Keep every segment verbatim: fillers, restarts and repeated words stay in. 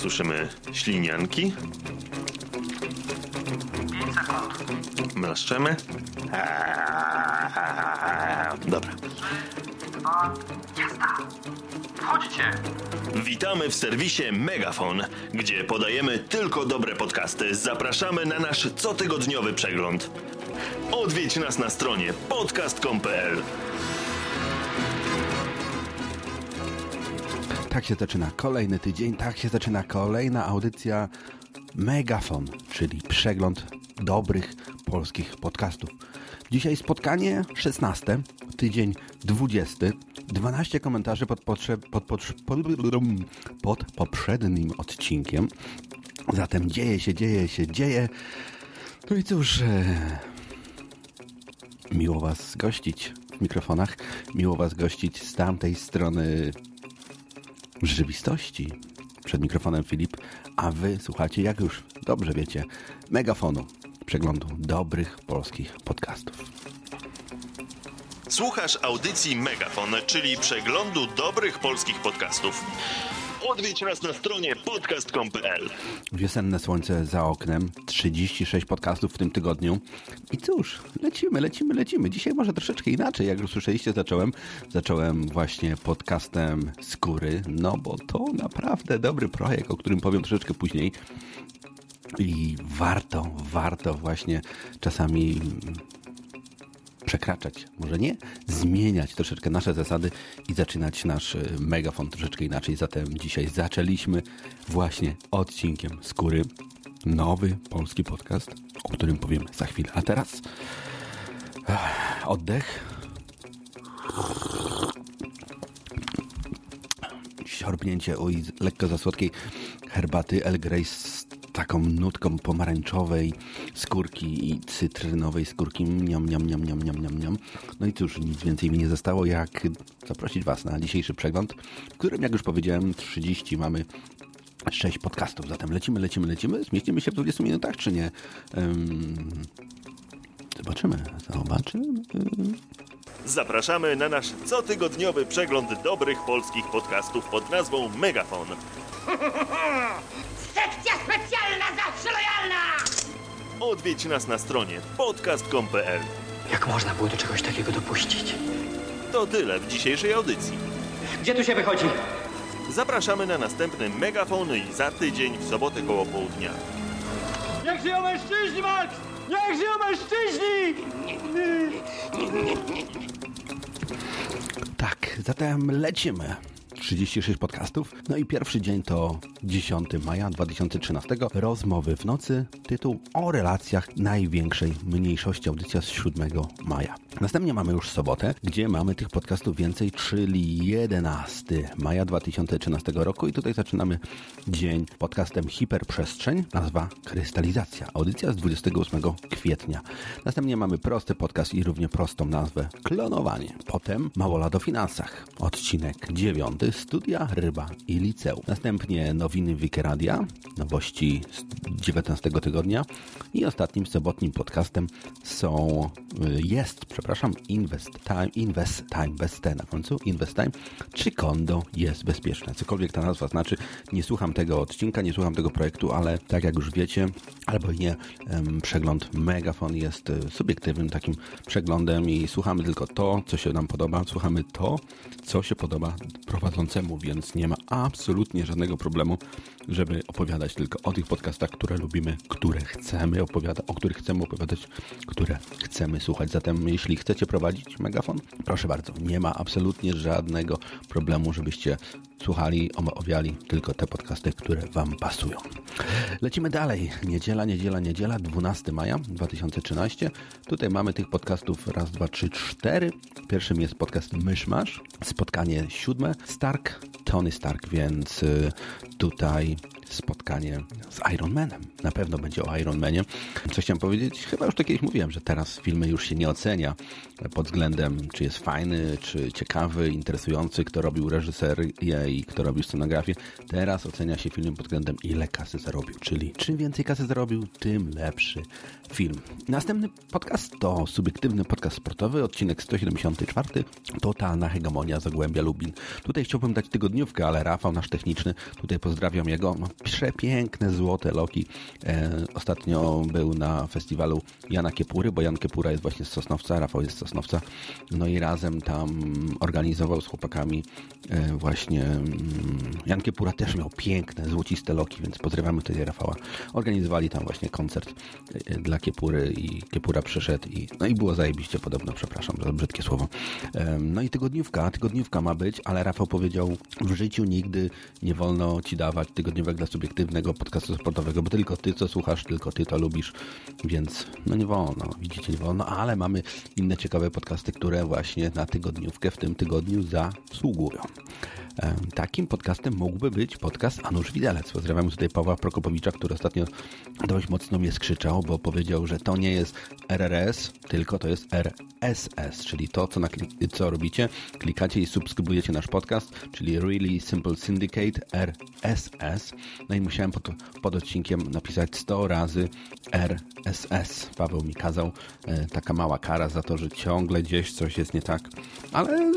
Słyszymy ślinianki. pięć sekund. Mlaszczemy. Dobra. Dwa. Jazda. Wchodzicie. Witamy w serwisie Megafon, gdzie podajemy tylko dobre podcasty. Zapraszamy na nasz cotygodniowy przegląd. Odwiedź nas na stronie podcast kropka com kropka p l. Tak się zaczyna kolejny tydzień, tak się zaczyna kolejna audycja Megafon, czyli przegląd dobrych polskich podcastów. Dzisiaj spotkanie szesnaste, tydzień dwudziesty, dwanaście komentarzy pod, potrze- pod, pod, pod, pod poprzednim odcinkiem. Zatem dzieje się, dzieje się, dzieje. No i cóż, e, miło Was gościć w mikrofonach, miło Was gościć z tamtej strony rzeczywistości. Przed mikrofonem Filip, a Wy słuchacie, jak już dobrze wiecie, Megafonu, przeglądu dobrych polskich podcastów. Słuchasz audycji Megafon, czyli przeglądu dobrych polskich podcastów. Odwiedź nas na stronie podcast kropka com kropka p l. Wiosenne słońce za oknem, trzydzieści sześć podcastów w tym tygodniu. I cóż, lecimy, lecimy, lecimy. Dzisiaj może troszeczkę inaczej, jak już słyszeliście, zacząłem. Zacząłem właśnie podcastem Skóry, no bo to naprawdę dobry projekt, o którym powiem troszeczkę później. I warto, warto właśnie czasami przekraczać, może nie, zmieniać troszeczkę nasze zasady i zaczynać nasz Megafon troszeczkę inaczej. Zatem dzisiaj zaczęliśmy właśnie odcinkiem Skóry. Nowy polski podcast, o którym powiemy za chwilę. A teraz oddech. Siorbnięcie oj, lekko za słodkiej herbaty Earl Grey z taką nutką pomarańczowej skórki i cytrynowej skórki. Niam, niam, niam, niam, niam, niam, niam. No i cóż, nic więcej mi nie zostało, jak zaprosić Was na dzisiejszy przegląd, w którym, jak już powiedziałem, trzydzieści mamy sześć podcastów. Zatem lecimy, lecimy, lecimy. Zmieścimy się w dwudziestu minutach, czy nie? Um, zobaczymy, zobaczymy. Zapraszamy na nasz cotygodniowy przegląd dobrych polskich podcastów pod nazwą Megafon. Sekcja specjalna zawsze lojalna! Odwiedź nas na stronie podcast kropka com kropka p l. Jak można było do czegoś takiego dopuścić? To tyle w dzisiejszej audycji. Gdzie tu się wychodzi? Zapraszamy na następny Megafon i za tydzień w sobotę koło południa. Niech żyją mężczyźni, Max! Niech żyją mężczyźni! Tak, zatem lecimy. trzydzieści sześć podcastów. No i pierwszy dzień to dziesiątego maja dwa tysiące trzynastego. Rozmowy w nocy. Tytuł o relacjach największej mniejszości. Audycja z siódmego maja. Następnie mamy już sobotę, gdzie mamy tych podcastów więcej, czyli jedenastego maja dwa tysiące trzynastego roku. I tutaj zaczynamy dzień podcastem Hiperprzestrzeń. Nazwa Krystalizacja. Audycja z dwudziestego ósmego kwietnia. Następnie mamy prosty podcast i równie prostą nazwę Klonowanie. Potem Małolat o finansach. Odcinek dziewiąty. Studia, ryba i liceum. Następnie nowiny Wikiradia, nowości z dziewiętnastego tygodnia i ostatnim sobotnim podcastem są, jest, przepraszam, Invest Time, Invest Time, bez T na końcu, Invest Time, czy konto jest bezpieczne. Cokolwiek ta nazwa znaczy, nie słucham tego odcinka, nie słucham tego projektu, ale tak jak już wiecie, albo nie, em, przegląd Megafon jest subiektywnym takim przeglądem i słuchamy tylko to, co się nam podoba, słuchamy to, co się podoba prowadzącemu, więc nie ma absolutnie żadnego problemu, żeby opowiadać tylko o tych podcastach, które lubimy, które chcemy opowiadać, o których chcemy opowiadać, które chcemy słuchać. Zatem jeśli chcecie prowadzić Megafon, proszę bardzo, nie ma absolutnie żadnego problemu, żebyście słuchali, omawiali tylko te podcasty, które Wam pasują. Lecimy dalej. Niedziela, niedziela, niedziela, dwunastego maja dwa tysiące trzynastego. Tutaj mamy tych podcastów raz, dwa, trzy, cztery. Pierwszym jest podcast Myszmasz. Spotkanie siódme. Stark, Tony Stark, więc y, tutaj spotkanie z Iron Manem. Na pewno będzie o Iron Manie. Co chciałem powiedzieć? Chyba już to kiedyś mówiłem, że teraz filmy już się nie ocenia pod względem, czy jest fajny, czy ciekawy, interesujący, kto robił reżyserię i kto robił scenografię. Teraz ocenia się film pod względem ile kasy zarobił, czyli czym więcej kasy zarobił, tym lepszy film. Następny podcast to subiektywny podcast sportowy, odcinek sto siedemdziesiąty czwarty. Totalna hegemonia Zagłębia Lubin. Tutaj chciałbym dać tygodniówkę, ale Rafał, nasz techniczny, tutaj pozdrawiam jego. No, przepiękne złote loki. E, ostatnio był na festiwalu Jana Kiepury, bo Jan Kiepura jest właśnie z Sosnowca, Rafał jest z Sosnowca. No i razem tam organizował z chłopakami e, właśnie mm, Jan Kiepura też miał piękne, złociste loki, więc pozdrawiamy tutaj Rafała. Organizowali tam właśnie koncert e, dla Kiepury i Kiepura przyszedł i no i było zajebiście podobno, przepraszam za brzydkie słowo. E, no i tygodniówka, tygodniówka ma być, ale Rafał powiedział, w życiu nigdy nie wolno ci dawać tygodniówek dla subiektywnego podcastu sportowego, bo tylko ty co słuchasz, tylko ty to lubisz, więc no nie wolno, widzicie, nie wolno, ale mamy inne ciekawe podcasty, które właśnie na tygodniówkę w tym tygodniu zasługują. Takim podcastem mógłby być podcast Anusz Widelec. Pozdrawiam tutaj Pawła Prokopowicza, który ostatnio dość mocno mnie skrzyczał, bo powiedział, że to nie jest R R S, tylko to jest R S S, czyli to, co, na, co robicie, klikacie i subskrybujecie nasz podcast, czyli Really Simple Syndicate R S S. No i musiałem pod, pod odcinkiem napisać sto razy R S S. Paweł mi kazał, e, taka mała kara za to, że ciągle gdzieś coś jest nie tak, ale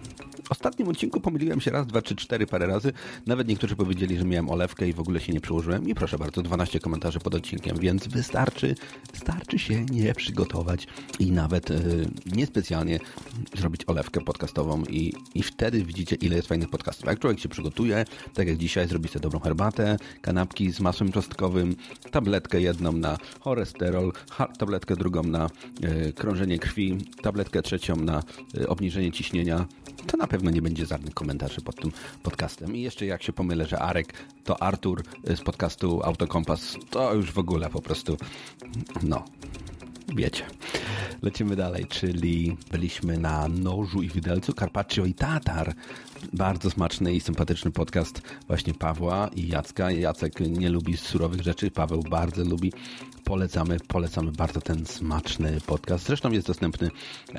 w ostatnim odcinku pomyliłem się raz, dwa, trzy, cztery parę razy. Nawet niektórzy powiedzieli, że miałem olewkę i w ogóle się nie przyłożyłem. I proszę bardzo, dwanaście komentarzy pod odcinkiem, więc wystarczy, wystarczy się nie przygotować i nawet yy, niespecjalnie zrobić olewkę podcastową i, i wtedy widzicie, ile jest fajnych podcastów. Jak człowiek się przygotuje, tak jak dzisiaj, zrobi sobie dobrą herbatę, kanapki z masłem czosnkowym, tabletkę jedną na cholesterol, tabletkę drugą na yy, krążenie krwi, tabletkę trzecią na yy, obniżenie ciśnienia, to na pewno nie będzie żadnych komentarzy pod tym podcastem. I jeszcze jak się pomylę, że Arek to Artur z podcastu Autokompas, to już w ogóle po prostu, no, wiecie. Lecimy dalej, czyli byliśmy na Nożu i Widelcu, Carpaccio i Tatar. Bardzo smaczny i sympatyczny podcast właśnie Pawła i Jacka. Jacek nie lubi surowych rzeczy, Paweł bardzo lubi. Polecamy, polecamy bardzo ten smaczny podcast. Zresztą jest dostępny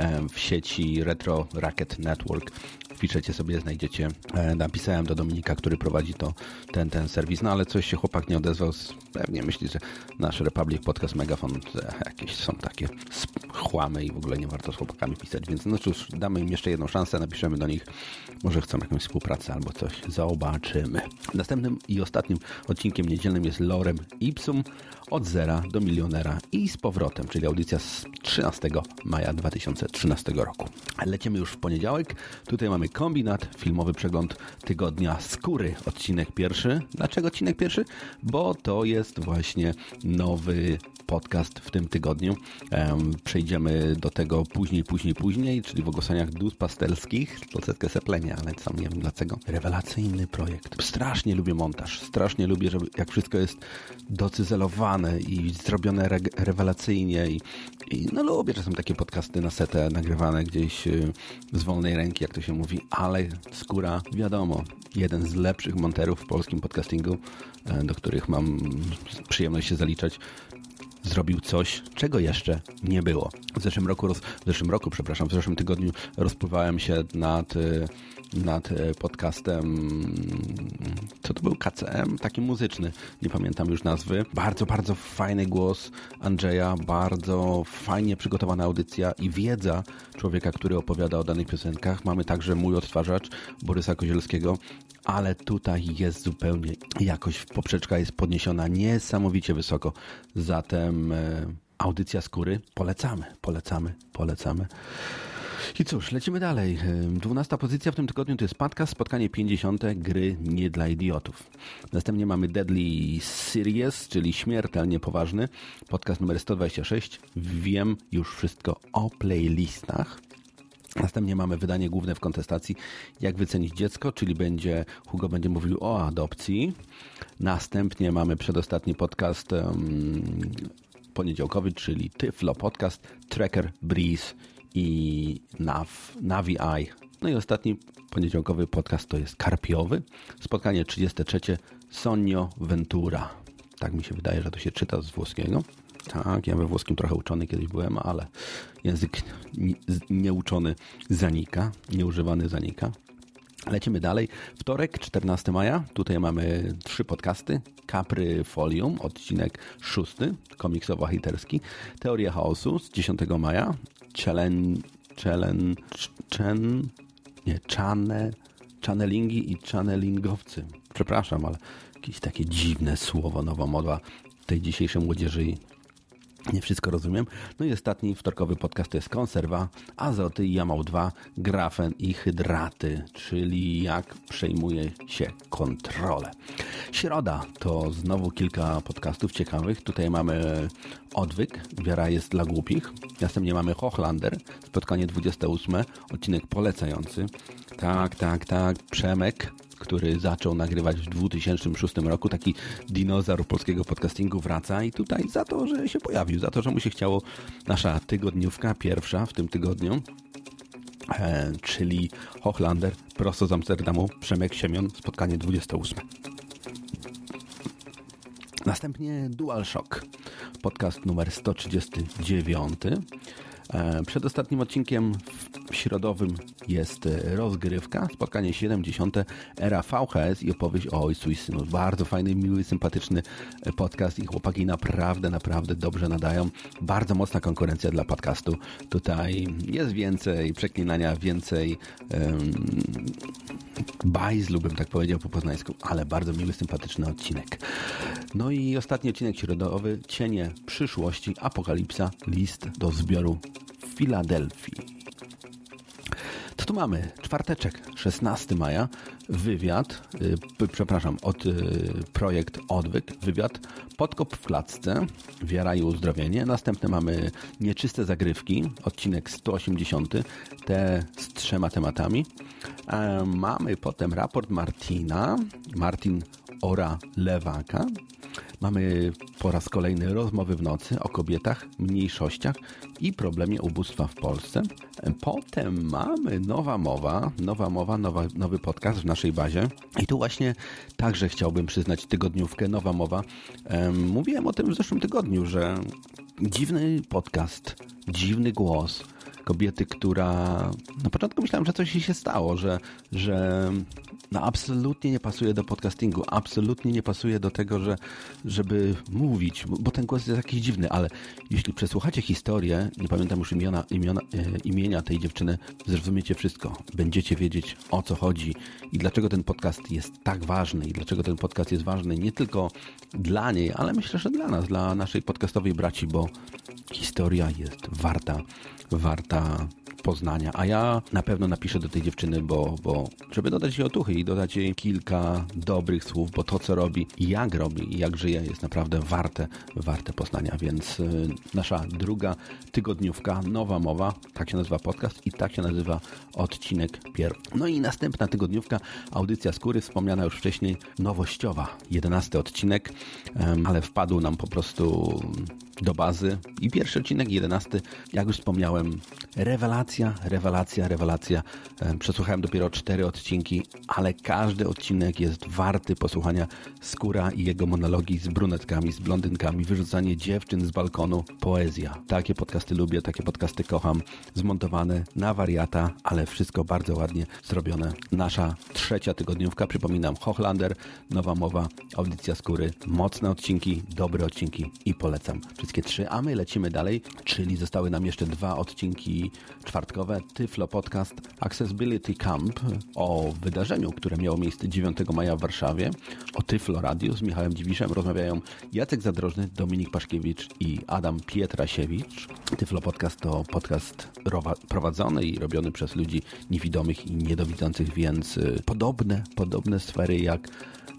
w sieci Retro Racket Network. Wpiszecie sobie, znajdziecie. Napisałem do Dominika, który prowadzi to, ten, ten serwis, no ale coś się chłopak nie odezwał. Pewnie myśli, że nasz Republic Podcast Megafon jakieś są takie chłamy i w ogóle nie warto z chłopakami pisać, więc no cóż, damy im jeszcze jedną szansę, napiszemy do nich, może chcą jakąś współpracę albo coś, zobaczymy. Następnym i ostatnim odcinkiem niedzielnym jest Lorem Ipsum, od zera do milionera i z powrotem, czyli audycja z trzynastego maja dwa tysiące trzynastego roku. Lecimy już w poniedziałek. Tutaj mamy kombinat, filmowy przegląd tygodnia Skóry, odcinek pierwszy. Dlaczego odcinek pierwszy? Bo to jest właśnie nowy podcast w tym tygodniu. Um, przejdziemy do tego później, później, później, czyli w ogłoszeniach duszpastelskich. Troszeczkę seplenie, ale sam nie wiem dlaczego. Rewelacyjny projekt. Strasznie lubię montaż. Strasznie lubię, żeby jak wszystko jest docyzelowane i zrobione re rewelacyjnie. I, I no lubię czasem takie podcasty na setę nagrywane gdzieś y, z wolnej ręki, jak to się mówi, ale Skóra, wiadomo, jeden z lepszych monterów w polskim podcastingu, y, do których mam przyjemność się zaliczać. Zrobił coś, czego jeszcze nie było. W zeszłym roku, roz, w zeszłym roku, przepraszam, w zeszłym tygodniu rozpływałem się nad, nad podcastem, co to był, K C M, taki muzyczny, nie pamiętam już nazwy. Bardzo, bardzo fajny głos Andrzeja, bardzo fajnie przygotowana audycja i wiedza człowieka, który opowiada o danych piosenkach. Mamy także mój odtwarzacz Borysa Kozielskiego, ale tutaj jest zupełnie jakoś poprzeczka jest podniesiona niesamowicie wysoko. Zatem e, audycja Skóry polecamy, polecamy, polecamy. I cóż, lecimy dalej. Dwunasta pozycja w tym tygodniu to jest podcast, spotkanie pięćdziesiąte Gry nie dla idiotów. Następnie mamy Deadly Serious, czyli śmiertelnie poważny. Podcast numer sto dwadzieścia sześć. Wiem już wszystko o playlistach. Następnie mamy wydanie główne w kontestacji Jak wycenić dziecko, czyli będzie Hugo będzie mówił o adopcji. Następnie mamy przedostatni podcast um, poniedziałkowy, czyli Tyflo Podcast, Tracker, Breeze i Nav, Navi Eye. No i ostatni poniedziałkowy podcast to jest Karpiowy. Spotkanie trzydzieste trzecie Sonio Ventura. Tak mi się wydaje, że to się czyta z włoskiego. Tak, ja we włoskim trochę uczony kiedyś byłem, ale język nieuczony zanika, nieużywany zanika. Lecimy dalej. Wtorek, czternastego maja. Tutaj mamy trzy podcasty. Capry Folium, odcinek szósty, komiksowo-hejterski. Teoria chaosu z dziesiątego maja. Challenge, challenge, chen, nie, chane, channelingi i channelingowcy. Przepraszam, ale jakieś takie dziwne słowo, nowa moda tej dzisiejszej młodzieży i nie wszystko rozumiem. No i ostatni wtorkowy podcast to jest konserwa, azoty, jamał dwa, grafen i hydraty, czyli jak przejmuje się kontrolę. Środa to znowu kilka podcastów ciekawych. Tutaj mamy Odwyk, wiara jest dla głupich. Następnie mamy Hochlander, spotkanie dwudzieste ósme, odcinek polecający. Tak, tak, tak, Przemek, który zaczął nagrywać w dwa tysiące szóstym roku, taki dinozaur polskiego podcastingu wraca i tutaj za to, że się pojawił, za to, że mu się chciało, nasza tygodniówka, pierwsza w tym tygodniu, e, czyli Hochlander, prosto z Amsterdamu, Przemek Siemion, spotkanie dwudzieste ósme. Następnie DualShock, podcast numer sto trzydziesty dziewiąty. Przed ostatnim odcinkiem środowym jest rozgrywka, spotkanie siedemdziesiąte, era V H S i opowieść o ojcu i synu. Bardzo fajny, miły, sympatyczny podcast i chłopaki naprawdę, naprawdę dobrze nadają. Bardzo mocna konkurencja dla podcastu. Tutaj jest więcej przeklinania, więcej um, bajzlu, bym tak powiedział po poznańsku, ale bardzo miły, sympatyczny odcinek. No i ostatni odcinek środowy, Cienie przyszłości, apokalipsa, list do zbioru w Filadelfii. Co tu mamy? Czwarteczek, szesnastego maja, wywiad, yy, przepraszam, od yy, projekt Odwyk, wywiad, podkop w klatce, wiara i uzdrowienie. Następne mamy nieczyste zagrywki, odcinek sto osiemdziesiąty, te z trzema tematami. E, mamy potem raport Martina, Martin Ora Lewaka. Mamy po raz kolejny rozmowy w nocy o kobietach, mniejszościach i problemie ubóstwa w Polsce. Potem mamy nowa mowa, nowa mowa, nowa, nowy podcast w naszej bazie. I tu właśnie także chciałbym przyznać tygodniówkę, nowa mowa. Um, mówiłem o tym w zeszłym tygodniu, że dziwny podcast, dziwny głos kobiety, która na początku myślałem, że coś jej się stało, że, że no absolutnie nie pasuje do podcastingu, absolutnie nie pasuje do tego, że, żeby mówić, bo ten głos jest jakiś dziwny, ale jeśli przesłuchacie historię, nie pamiętam już imiona, imiona, e, imienia tej dziewczyny, zrozumiecie wszystko. Będziecie wiedzieć, o co chodzi i dlaczego ten podcast jest tak ważny i dlaczego ten podcast jest ważny nie tylko dla niej, ale myślę, że dla nas, dla naszej podcastowej braci, bo historia jest warta, warta poznania, a ja na pewno napiszę do tej dziewczyny, bo, bo żeby dodać jej otuchy i dodać jej kilka dobrych słów, bo to, co robi i jak robi i jak żyje, jest naprawdę warte, warte poznania, więc y, nasza druga tygodniówka, nowa mowa, tak się nazywa podcast i tak się nazywa odcinek pierwszy. No i następna tygodniówka, audycja skóry, wspomniana już wcześniej, nowościowa, jedenasty odcinek, um, ale wpadł nam po prostu do bazy i pierwszy odcinek, jedenasty, jak już wspomniałem, rewelacja, rewelacja, rewelacja. Przesłuchałem dopiero cztery odcinki, ale każdy odcinek jest warty posłuchania. Skóra i jego monologi z brunetkami, z blondynkami, wyrzucanie dziewczyn z balkonu, poezja. Takie podcasty lubię, takie podcasty kocham. Zmontowane na wariata, ale wszystko bardzo ładnie zrobione. Nasza trzecia tygodniówka, przypominam, Hochlander, nowa mowa, audycja skóry, mocne odcinki, dobre odcinki i polecam wszystkie trzy, a my lecimy dalej, czyli zostały nam jeszcze dwa odcinki czwartkowe, Tyflo Podcast Accessibility Camp o wydarzeniu, które miało miejsce dziewiątego maja w Warszawie, o Tyflo Radio z Michałem Dziwiszem rozmawiają Jacek Zadrożny, Dominik Paszkiewicz i Adam Pietrasiewicz. Tyflo Podcast to podcast prowadzony i robiony przez ludzi niewidomych i niedowidzących, więc podobne, podobne sfery jak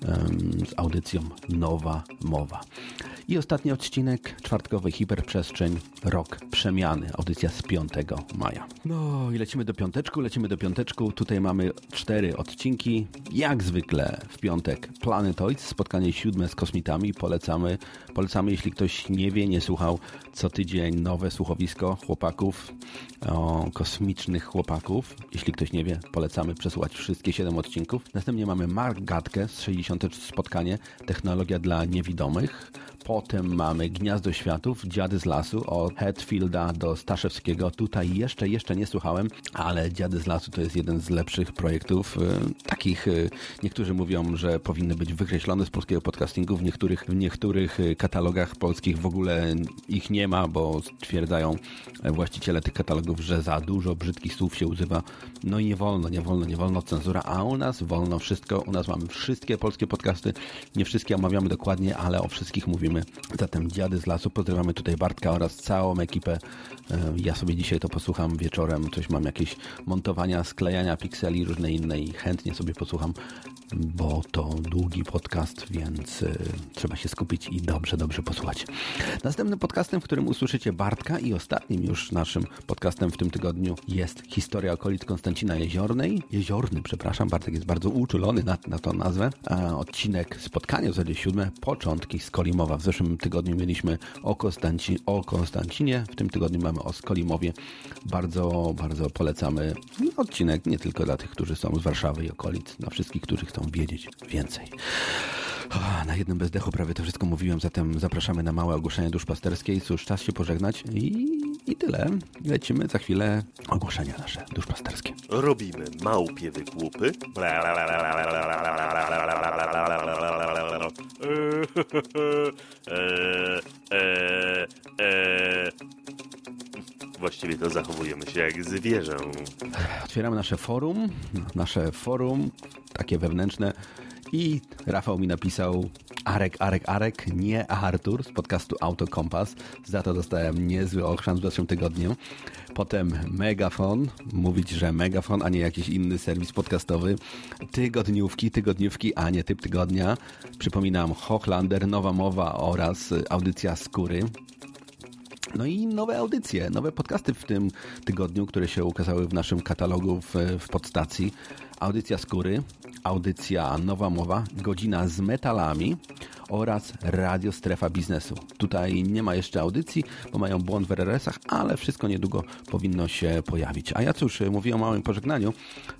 z audycją Nowa Mowa. I ostatni odcinek, czwartkowy Hiperprzestrzeń, Rok Przemiany, audycja z piątego maja. No i lecimy do piąteczku, lecimy do piąteczku. Tutaj mamy cztery odcinki. Jak zwykle w piątek Planetoids, spotkanie siódme z kosmitami. Polecamy, polecamy, jeśli ktoś nie wie, nie słuchał, co tydzień nowe słuchowisko chłopaków, o, kosmicznych chłopaków. Jeśli ktoś nie wie, polecamy przesłuchać wszystkie siedem odcinków. Następnie mamy Mark Gatkę z sześćdziesiąte spotkanie, technologia dla niewidomych. Potem mamy Gniazdo Światów, Dziady z lasu, od Hetfielda do Staszewskiego. Tutaj jeszcze, jeszcze nie słuchałem, ale Dziady z lasu to jest jeden z lepszych projektów. Takich, niektórzy mówią, że powinny być wykreślone z polskiego podcastingu. W niektórych, w niektórych katalogach polskich w ogóle ich nie ma, bo stwierdzają właściciele tych katalogów, że za dużo brzydkich słów się używa. No i nie wolno, nie wolno, nie wolno, cenzura, a u nas wolno wszystko. U nas mamy wszystkie polskie podcasty. Nie wszystkie omawiamy dokładnie, ale o wszystkich mówimy. Zatem Dziady z lasu. Pozdrawiamy tutaj Bartka oraz całą ekipę. Ja sobie dzisiaj to posłucham wieczorem. Coś mam jakieś montowania, sklejania pikseli, różne inne i chętnie sobie posłucham, bo to długi podcast, więc y, trzeba się skupić i dobrze, dobrze posłuchać. Następnym podcastem, w którym usłyszycie Bartka i ostatnim już naszym podcastem w tym tygodniu jest Historia okolic Konstancina Jeziornej. Jeziorny, przepraszam, Bartek jest bardzo uczulony na, na tą nazwę. A odcinek spotkania w zasadzie siódme, początki Skolimowa. W zeszłym tygodniu mieliśmy o, Konstanci, o Konstancinie, w tym tygodniu mamy o Skolimowie. Bardzo, bardzo polecamy odcinek, nie tylko dla tych, którzy są z Warszawy i okolic, dla wszystkich, którzy chcą wiedzieć więcej. O, na jednym bezdechu prawie to wszystko mówiłem, zatem zapraszamy na małe ogłoszenie duszpasterskiej. Cóż, czas się pożegnać i, i tyle. Lecimy za chwilę ogłoszenia nasze duszpasterskie. Robimy małpie wygłupy. Właściwie to zachowujemy się jak zwierzę. Otwieramy nasze forum, nasze forum, takie wewnętrzne. I Rafał mi napisał Arek, Arek, Arek, nie Artur z podcastu Autokompas. Za to dostałem niezły ochrzan w zeszłym tygodniu. Potem Megafon, mówić, że Megafon, a nie jakiś inny serwis podcastowy. Tygodniówki, tygodniówki, a nie typ tygodnia. Przypominam, Hochlander, Nowa Mowa oraz audycja Skóry. No i nowe audycje, nowe podcasty w tym tygodniu, które się ukazały w naszym katalogu w, w podstacji. Audycja Skóry, audycja Nowa Mowa, Godzina z metalami oraz Radio Strefa Biznesu. Tutaj nie ma jeszcze audycji, bo mają błąd w er er esach, ale wszystko niedługo powinno się pojawić. A ja cóż, mówię o małym pożegnaniu.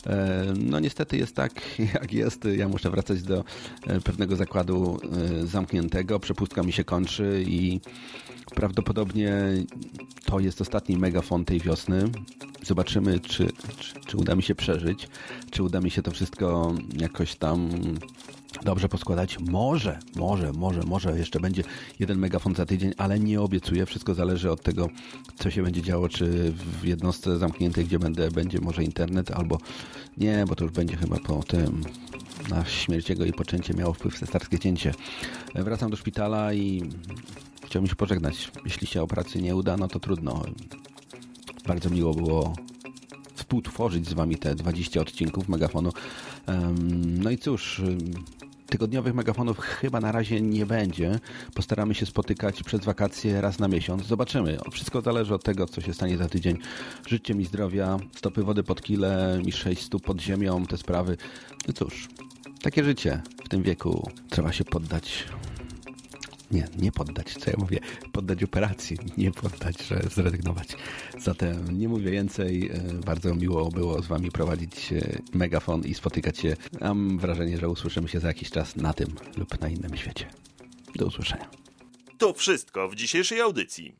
No niestety jest tak, jak jest. Ja muszę wracać do pewnego zakładu zamkniętego. Przepustka mi się kończy i prawdopodobnie to jest ostatni megafon tej wiosny. Zobaczymy, czy, czy, czy uda mi się przeżyć, czy uda mi się to wszystko jakoś tam dobrze poskładać. Może, może, może, może jeszcze będzie jeden megafon za tydzień, ale nie obiecuję. Wszystko zależy od tego, co się będzie działo, czy w jednostce zamkniętej, gdzie będę, będzie może internet, albo nie, bo to już będzie chyba po tym, na śmierć jego i poczęcie miało wpływ cesarskie cięcie. Wracam do szpitala i chciałbym się pożegnać. Jeśli się o pracy nie uda, no to trudno. Bardzo miło było współtworzyć z wami te dwadzieścia odcinków Megafonu. No i cóż, tygodniowych Megafonów chyba na razie nie będzie. Postaramy się spotykać przez wakacje raz na miesiąc. Zobaczymy. Wszystko zależy od tego, co się stanie za tydzień. Życzcie mi zdrowia, stopy wody pod kile, mi sześć stóp pod ziemią, te sprawy. No cóż, takie życie w tym wieku. Trzeba się poddać. Nie, nie poddać, co ja mówię, poddać operacji, nie poddać, że zrezygnować. Zatem nie mówię więcej, bardzo miło było z wami prowadzić Megafon i spotykać się. Mam wrażenie, że usłyszymy się za jakiś czas na tym lub na innym świecie. Do usłyszenia. To wszystko w dzisiejszej audycji.